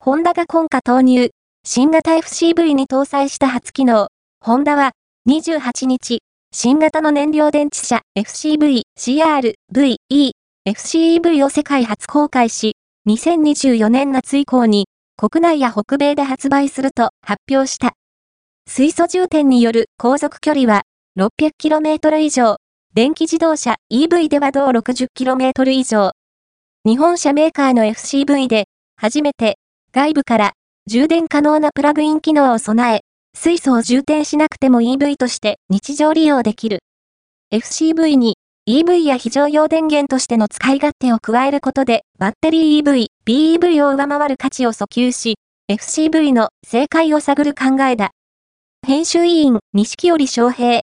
ホンダが今夏投入、新型 FCV に搭載した初機能。ホンダは28日、新型の燃料電池車 FCV、CR-V、E、FCEV を世界初公開し、2024年夏以降に国内や北米で発売すると発表した。水素充填による航続距離は 600km 以上、電気自動車 EV では同 60km 以上。日本車メーカーの FCV で初めて外部から充電可能なプラグイン機能を備え、水素を充填しなくても EV として日常利用できる。FCV に EV や非常用電源としての使い勝手を加えることでバッテリー EV、BEV を上回る価値を訴求し、FCV の正解を探る考えだ。編集委員、錦織翔平。